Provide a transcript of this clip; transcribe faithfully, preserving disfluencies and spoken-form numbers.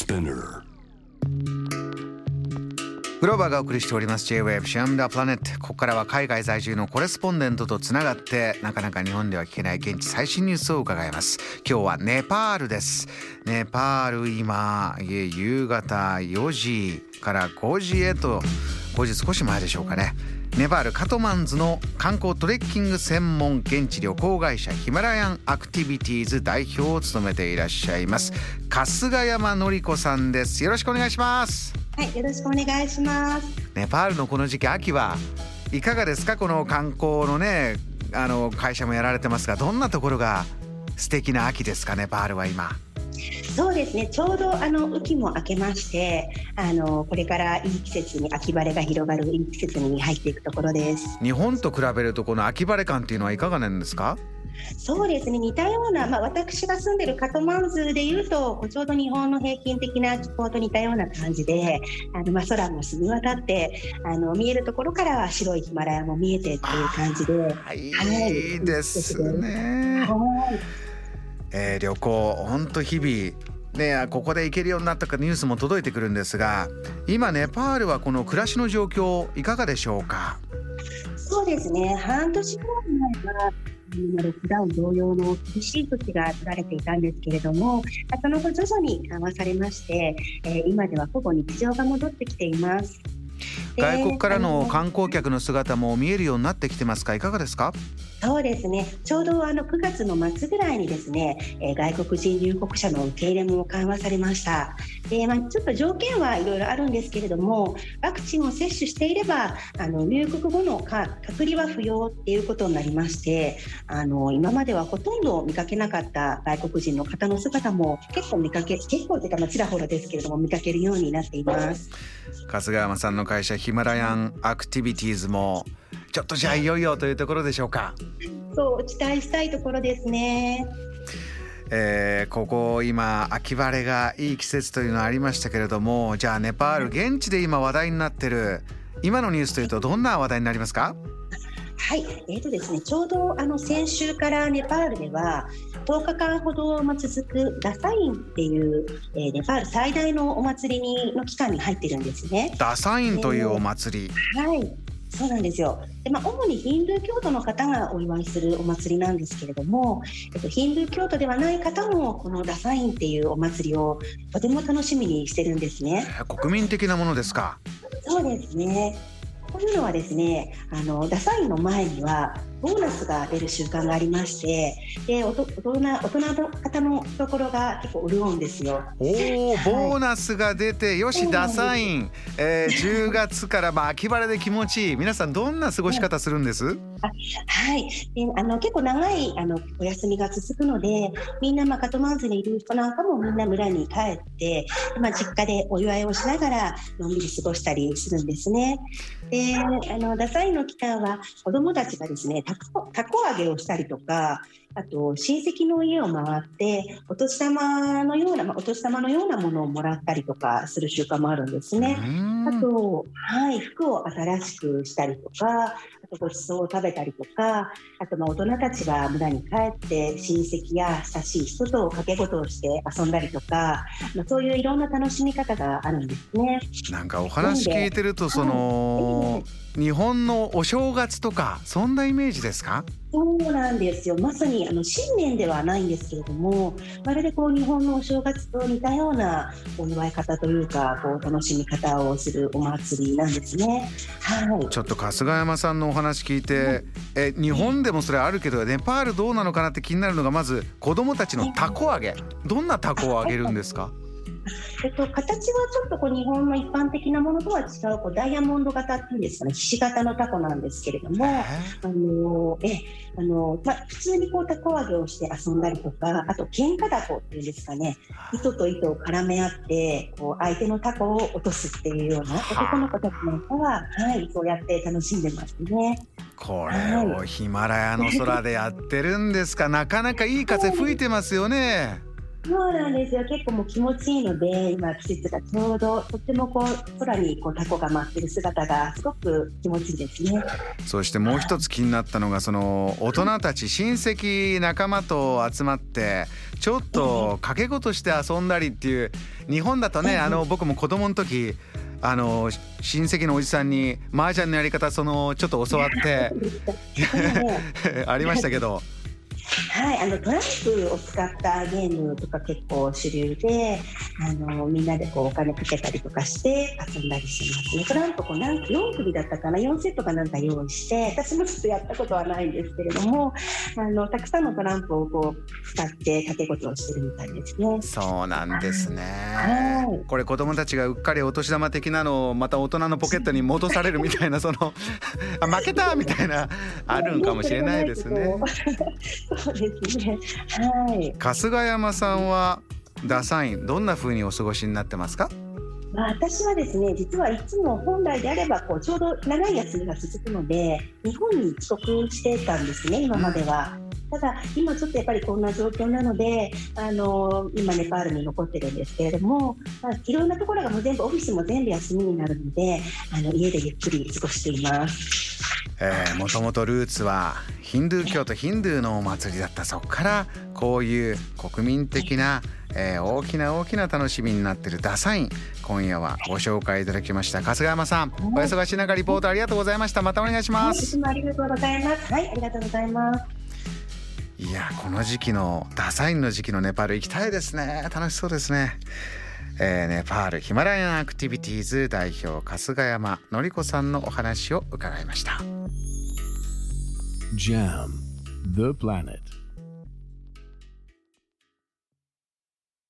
Spinner。 グローバーがお送りしております J-Wave Sham the Planet。 ここからは海外在住のコレスポンデントとつながってなかなか日本では聞けない現地最新ニュースを伺います。今日はネパールです。ネパール今夕方よじからごじへとごじ少し前でしょうかね。ネパールカトマンズの観光トレッキング専門現地旅行会社ヒマラヤンアクティビティーズ代表を務めていらっしゃいます春日山紀子さんです。よろしくお願いします。 はい、よろしくお願いします。 ネパールのこの時期秋はいかがですか？この観光のねあの会社もやられてますが、どんなところが素敵な秋ですか？ネパールは今。 そうですね、ちょうどあの雨季も明けましてあのこれからいい季節に秋晴れが広がるいい季節に入っていくところです。 日本と比べるとこの秋晴れ感っていうのはいかがなんですか？ そうですね、似たような、まあ、私が住んでるカトマンズでいうとちょうど日本の平均的な気候と似たような感じであの、まあ、空も澄み渡ってあの見えるところからは白いヒマラヤも見えてっていう感じで、 はい、いいですね。はい、えー、旅行本当日々ね、ここで行けるようになったかニュースも届いてくるんですが、今ネパールはこの暮らしの状況いかがでしょうか？ そうですね、半年ぐらい前はロックダウン同様の厳しい措置が取られていたんですけれども、その後徐々に緩和されまして、えー、今ではほぼ日常が戻ってきています。 外国からの観光客の姿も見えるようになってきてますか？いかがですか？ そうですね、ちょうどあのくがつの末ぐらいにですね、えー、外国人入国者の受け入れも緩和されました。で、まあ、ちょっと条件はいろいろあるんですけれども、ワクチンを接種していればあの入国後のか隔離は不要っていうことになりまして、あの今まではほとんど見かけなかった外国人の方の姿も結構見かけ結構というか、まあ、ちらほらですけれども見かけるようになっています。 春日山さんの会社ヒマラヤンアクティビティーズもちょっとじゃあいよいよというところでしょうか？ そう期待したいところですね。 えー、ここ今秋晴れがいい季節というのはありましたけれども、じゃあネパール現地で今話題になってる今のニュースというとどんな話題になりますか？ はい、えーとですね、ちょうどあの先週からネパールではとおかかんほど続くダサインっていう、えー、ネパール最大のお祭りにの期間に入ってるんですね。 ダサインというお祭り、 えー、はい、そうなんですよ。で、まあ、主にヒンドゥー教徒の方がお祝いするお祭りなんですけれども、えっと、ヒンドゥー教徒ではない方もこのダサインっていうお祭りをとても楽しみにしてるんですね。 国民的なものですか？そうですね。こういうのはですね、あのダサインの前にはボーナスが出る習慣がありまして、で大人、大人の方のところが結構潤うんですよ。 おー、はい、ボーナスが出てよしダサイン、えー、じゅうがつからまあ秋晴れで気持ちいい。皆さんどんな過ごし方するんです？はい、 あはい、であの結構長いあのお休みが続くので、みんな、まあ、カトマンズにいる人なんかもみんな村に帰って、まあ、実家でお祝いをしながらのんびり過ごしたりするんですね。であのダサインの期間は子どもたちがですねたこ、たこ揚げをしたりとか、あと親戚の家を回ってお年玉のような、まあ、お年玉のようなものをもらったりとかする習慣もあるんですね。あと、はい、服を新しくしたりとか、あとごちそうを食べたりとか、あとまあ大人たちが村に帰って親戚や親しい人と掛け事をして遊んだりとか、まあ、そういういろんな楽しみ方があるんですね。 なんかお話聞いてるとその、はい、日本のお正月とかそんなイメージですか？ そうなんですよ。まさにあの新年ではないんですけれども、まるでこう日本のお正月と似たようなお祝い方というか、こう楽しみ方をするお祭りなんですね。はい、 ちょっと春日山さんのお話聞いて、え日本でもそれあるけどネパールどうなのかなって気になるのが、まず子どもたちのたこ揚げ、どんなたこを揚げるんですか？ えっと、形はちょっとこう日本の一般的なものとは違うこうダイヤモンド型っていうんですかね、ひし形のタコなんですけれども、あのえあの、ま、普通にこうタコ揚げをして遊んだりとか、あと喧嘩だこっていうんですかね、糸と糸を絡め合ってこう相手のタコを落とすっていうような男の子たちなんかは、はい、そうやって楽しんでますね。 これをヒマラヤの空でやってるんですか？なかなかいい風吹いてますよね。 そうなんですよ。結構もう気持ちいいので、今季節がちょうどとってもこう空にこうタコが舞ってる姿がすごく気持ちいいですね。 そしてもう一つ気になったのが、その大人たち親戚仲間と集まってちょっと掛け事して遊んだりっていう、日本だとね、あの僕も子供の時あの親戚のおじさんに麻雀のやり方そのちょっと教わってありましたけどはい、あのトランプを使ったゲームとか結構主流で、あのみんなでこうお金かけたりとかして遊んだりしますね。トランプこうなんよん組だったかな、よんセットかなんか用意して、私もちょっとやったことはないんですけれども、あのたくさんのトランプをこう使って掛け事をしてるみたいですね。 そうなんですね、 はい、 これ子供たちがうっかりお年玉的なのをまた大人のポケットに戻されるみたいなそのあ負けたみたいなあるんかもしれないですね。 そうですね。はい。 春日山さんはダサインどんな風にお過ごしになってますか？ まあ、私はですね、実はいつも本来であればこうちょうど長い休みが続くので日本に帰国してたんですね、今までは。ただ今ちょっとやっぱりこんな状況なので、あの今ネパールに残ってるんですけれども、まあ、いろんなところがもう全部オフィスも全部休みになるので、あの家でゆっくり過ごしています。 えー、もともとルーツはヒンドゥー教とヒンドゥーのお祭りだった。そこからこういう国民的な、えー、大きな大きな楽しみになっているダサイン、今夜はご紹介いただきました。春日山さん、お忙しい中リポートありがとうございました。またお願いします。 はい、いつもありがとうございます。はい、ありがとうございます。 いや、この時期のダサインの時期のネパール行きたいですね。楽しそうですね。えー、ネパールヒマラヤンアクティビティーズ代表春日山典子さんのお話を伺いました。 ジャム The Planet